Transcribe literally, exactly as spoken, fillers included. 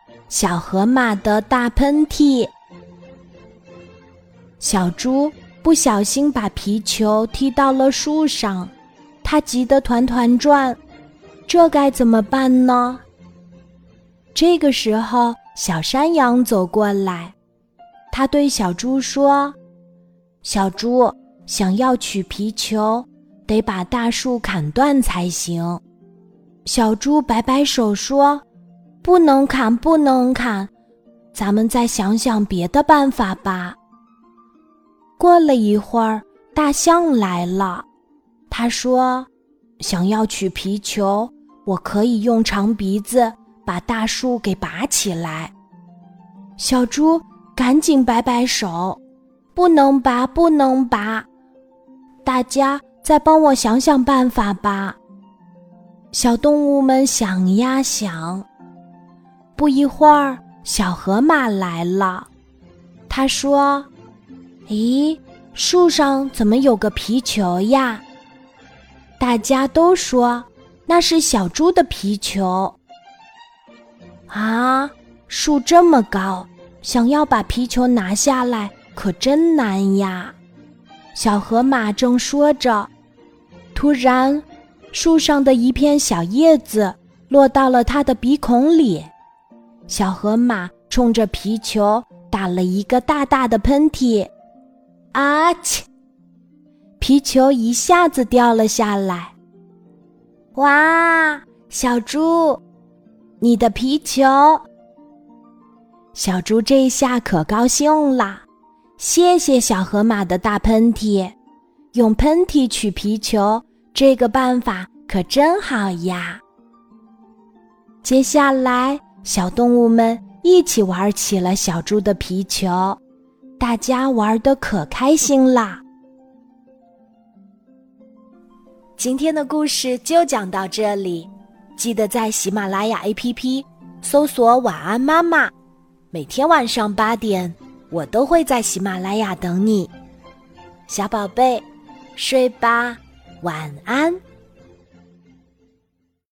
小河马的大喷嚏。小猪不小心把皮球踢到了树上，它急得团团转，这该怎么办呢？这个时候，小山羊走过来，他对小猪说：小猪，想要取皮球，得把大树砍断才行。小猪摆摆手说：不能砍，不能砍，咱们再想想别的办法吧。过了一会儿，大象来了，他说：想要取皮球，我可以用长鼻子把大树给拔起来。小猪赶紧摆摆手：不能拔，不能拔，大家再帮我想想办法吧。小动物们想呀想，不一会儿，小河马来了，他说：咦，树上怎么有个皮球呀？大家都说那是小猪的皮球。啊，树这么高，想要把皮球拿下来可真难呀。小河马正说着，突然树上的一片小叶子落到了他的鼻孔里，小河马冲着皮球打了一个大大的喷嚏，啊切！皮球一下子掉了下来。哇，小猪，你的皮球！小猪这下可高兴了，谢谢小河马的大喷嚏，用喷嚏取皮球，这个办法可真好呀。接下来，小动物们一起玩起了小猪的皮球，大家玩得可开心啦。今天的故事就讲到这里，记得在喜马拉雅 A P P 搜索晚安妈妈，每天晚上八点，我都会在喜马拉雅等你。小宝贝，睡吧，晚安。